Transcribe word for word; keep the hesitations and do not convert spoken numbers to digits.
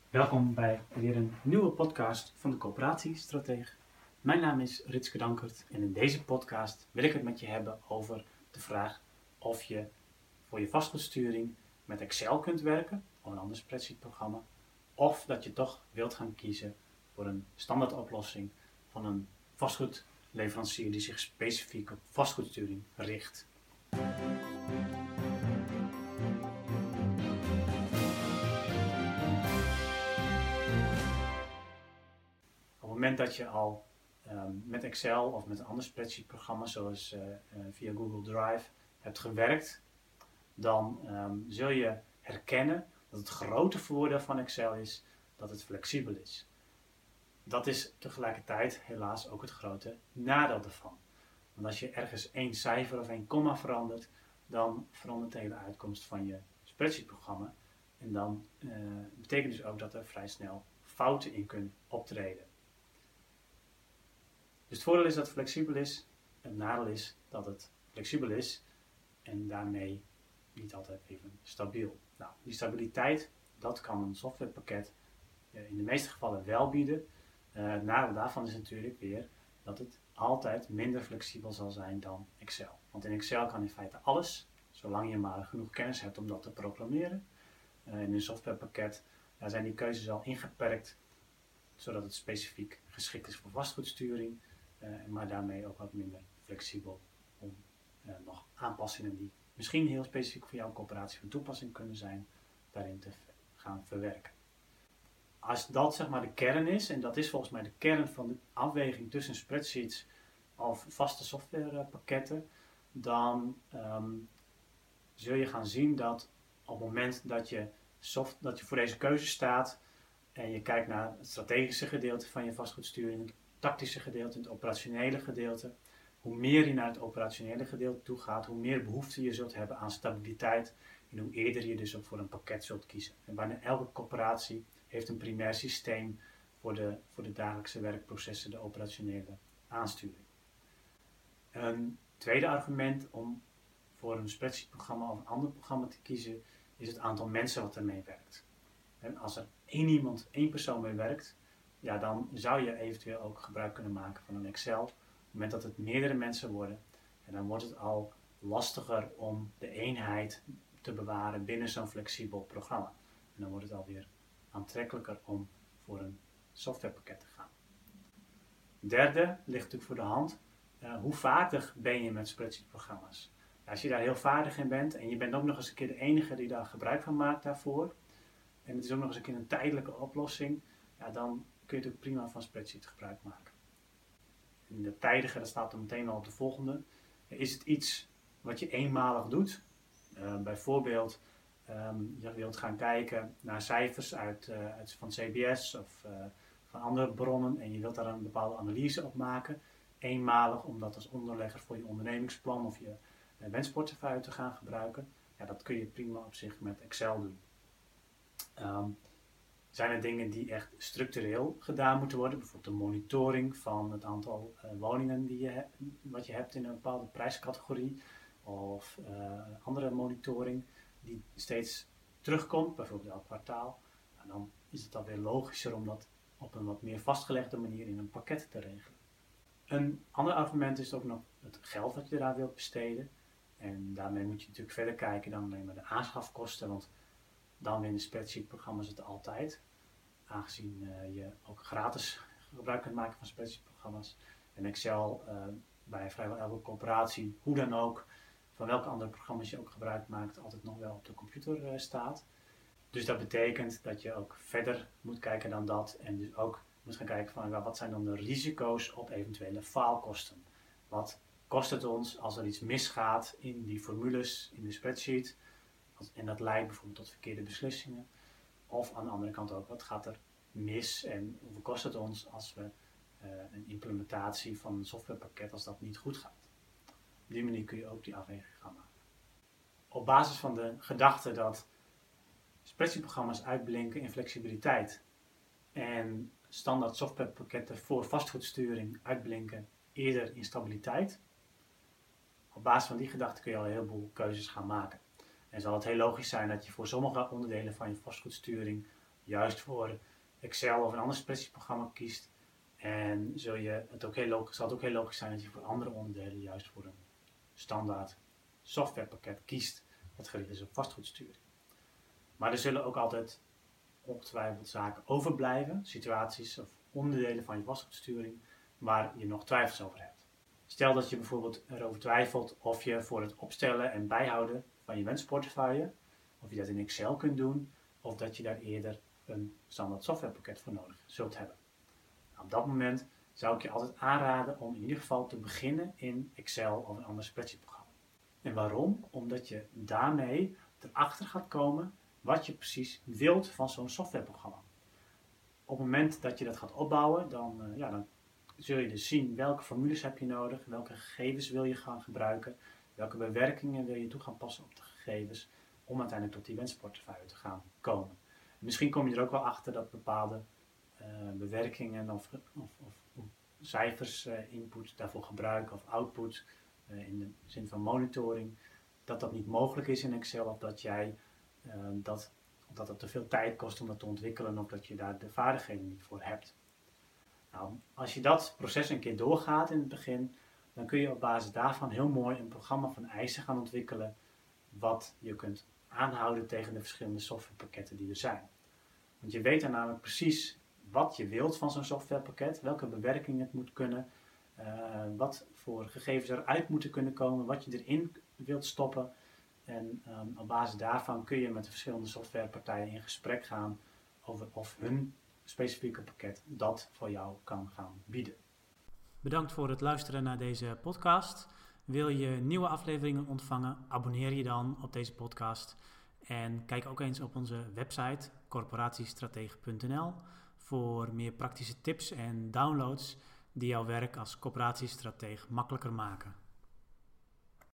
Welkom bij weer een nieuwe podcast van de Coöperatiestrateeg. Mijn naam is Ritske Dankert en in deze podcast wil ik het met je hebben over de vraag of je voor je vastgoedsturing met Excel kunt werken of een ander spreadsheetprogramma, of dat je toch wilt gaan kiezen voor een standaard oplossing van een vastgoedleverancier die zich specifiek op vastgoedsturing richt. Op het moment dat je al um, met Excel of met een ander spreadsheetprogramma zoals uh, uh, via Google Drive hebt gewerkt, dan um, zul je herkennen dat het grote voordeel van Excel is dat het flexibel is. Dat is tegelijkertijd helaas ook het grote nadeel ervan. Want als je ergens één cijfer of één komma verandert, dan verandert de hele uitkomst van je spreadsheetprogramma. En dan uh, betekent dus ook dat er vrij snel fouten in kunnen optreden. Dus het voordeel is dat het flexibel is. Het nadeel is dat het flexibel is en daarmee niet altijd even stabiel. Nou, die stabiliteit, dat kan een softwarepakket in de meeste gevallen wel bieden. Uh, het nadeel daarvan is natuurlijk weer dat het altijd minder flexibel zal zijn dan Excel. Want in Excel kan in feite alles, zolang je maar genoeg kennis hebt om dat te programmeren. Uh, in een softwarepakket uh, zijn die keuzes al ingeperkt, zodat het specifiek geschikt is voor vastgoedsturing. Uh, maar daarmee ook wat minder flexibel om uh, nog aanpassingen die misschien heel specifiek voor jouw coöperatie van toepassing kunnen zijn, daarin te gaan verwerken. Als dat zeg maar de kern is, en dat is volgens mij de kern van de afweging tussen spreadsheets of vaste softwarepakketten, dan um, zul je gaan zien dat op het moment dat je, soft, dat je voor deze keuze staat en je kijkt naar het strategische gedeelte van je vastgoedsturing, het tactische gedeelte, het operationele gedeelte, hoe meer je naar het operationele gedeelte toe gaat, hoe meer behoefte je zult hebben aan stabiliteit en hoe eerder je dus ook voor een pakket zult kiezen. En bijna elke corporatie heeft een primair systeem voor de, voor de dagelijkse werkprocessen, de operationele aansturing. Een tweede argument om voor een spreadsheetprogramma of een ander programma te kiezen is het aantal mensen wat ermee werkt. En als er één iemand, één persoon mee werkt, ja, dan zou je eventueel ook gebruik kunnen maken van een Excel. Op het moment dat het meerdere mensen worden, en dan wordt het al lastiger om de eenheid te bewaren binnen zo'n flexibel programma. En dan wordt het alweer aantrekkelijker om voor een softwarepakket te gaan. Derde ligt natuurlijk voor de hand. Uh, hoe vaardig ben je met spreadsheetprogramma's? Ja, als je daar heel vaardig in bent en je bent ook nog eens een keer de enige die daar gebruik van maakt daarvoor, en het is ook nog eens een keer een tijdelijke oplossing, ja, dan kun je natuurlijk prima van spreadsheet gebruik maken. En de tijdige, dat staat er meteen al op de volgende. Is het iets wat je eenmalig doet? Uh, bijvoorbeeld, um, je wilt gaan kijken naar cijfers uit, uh, uit, van C B S of uh, van andere bronnen en je wilt daar een bepaalde analyse op maken. Eenmalig om dat als onderlegger voor je ondernemingsplan of je uh, wensportefeuille te gaan gebruiken. Ja, dat kun je prima op zich met Excel doen. Um, Zijn er dingen die echt structureel gedaan moeten worden? Bijvoorbeeld de monitoring van het aantal uh, woningen die je he- wat je hebt in een bepaalde prijscategorie. Of uh, andere monitoring die steeds terugkomt, bijvoorbeeld elk kwartaal. En dan is het alweer logischer om dat op een wat meer vastgelegde manier in een pakket te regelen. Een ander argument is ook nog het geld wat je eraan wilt besteden. En daarmee moet je natuurlijk verder kijken dan alleen maar de aanschafkosten, want dan in de spreadsheetprogramma's het altijd. Aangezien uh, je ook gratis gebruik kunt maken van spreadsheetprogramma's. En Excel uh, bij vrijwel elke coöperatie, hoe dan ook, van welke andere programma's je ook gebruik maakt, altijd nog wel op de computer uh, staat. Dus dat betekent dat je ook verder moet kijken dan dat. En dus ook moet gaan kijken van wat zijn dan de risico's op eventuele faalkosten. Wat kost het ons als er iets misgaat in die formules, in de spreadsheet. En dat leidt bijvoorbeeld tot verkeerde beslissingen. Of aan de andere kant ook, wat gaat er mis en hoeveel kost het ons als we uh, een implementatie van een softwarepakket, als dat niet goed gaat. Op die manier kun je ook die afweging gaan maken. Op basis van de gedachte dat spreadsheetprogramma's uitblinken in flexibiliteit en standaard softwarepakketten voor vastgoedsturing uitblinken eerder in stabiliteit. Op basis van die gedachte kun je al een heleboel keuzes gaan maken. En zal het heel logisch zijn dat je voor sommige onderdelen van je vastgoedsturing juist voor Excel of een ander spreadsheetprogramma kiest. En zul je het ook heel logisch, zal het ook heel logisch zijn dat je voor andere onderdelen juist voor een standaard softwarepakket kiest dat gericht is op vastgoedsturing. Maar er zullen ook altijd ongetwijfeld zaken overblijven, situaties of onderdelen van je vastgoedsturing waar je nog twijfels over hebt. Stel dat je bijvoorbeeld erover twijfelt of je voor het opstellen en bijhouden van je wensportefeuille, of je dat in Excel kunt doen, of dat je daar eerder een standaard softwarepakket voor nodig zult hebben. Nou, op dat moment zou ik je altijd aanraden om in ieder geval te beginnen in Excel of een ander spreadsheetprogramma. En waarom? Omdat je daarmee erachter gaat komen wat je precies wilt van zo'n softwareprogramma. Op het moment dat je dat gaat opbouwen, dan, uh, ja, dan zul je dus zien welke formules heb je nodig, welke gegevens wil je gaan gebruiken, welke bewerkingen wil je toe gaan passen op de gegevens, om uiteindelijk tot die wensportefeuille te gaan komen. En misschien kom je er ook wel achter dat bepaalde uh, bewerkingen of, of, of cijfers, uh, input daarvoor gebruiken of output, uh, in de zin van monitoring, dat dat niet mogelijk is in Excel of dat jij uh, dat, of dat het te veel tijd kost om dat te ontwikkelen of dat je daar de vaardigheden niet voor hebt. Nou, als je dat proces een keer doorgaat in het begin, dan kun je op basis daarvan heel mooi een programma van eisen gaan ontwikkelen wat je kunt aanhouden tegen de verschillende softwarepakketten die er zijn. Want je weet dan namelijk precies wat je wilt van zo'n softwarepakket, welke bewerking het moet kunnen, uh, wat voor gegevens eruit moeten kunnen komen, wat je erin wilt stoppen. En um, op basis daarvan kun je met de verschillende softwarepartijen in gesprek gaan over of hun specifieke pakket dat voor jou kan gaan bieden. Bedankt voor het luisteren naar deze podcast. Wil je nieuwe afleveringen ontvangen? Abonneer je dan op deze podcast. En kijk ook eens op onze website corporatiestratege punt n l voor meer praktische tips en downloads die jouw werk als corporatiestratege makkelijker maken.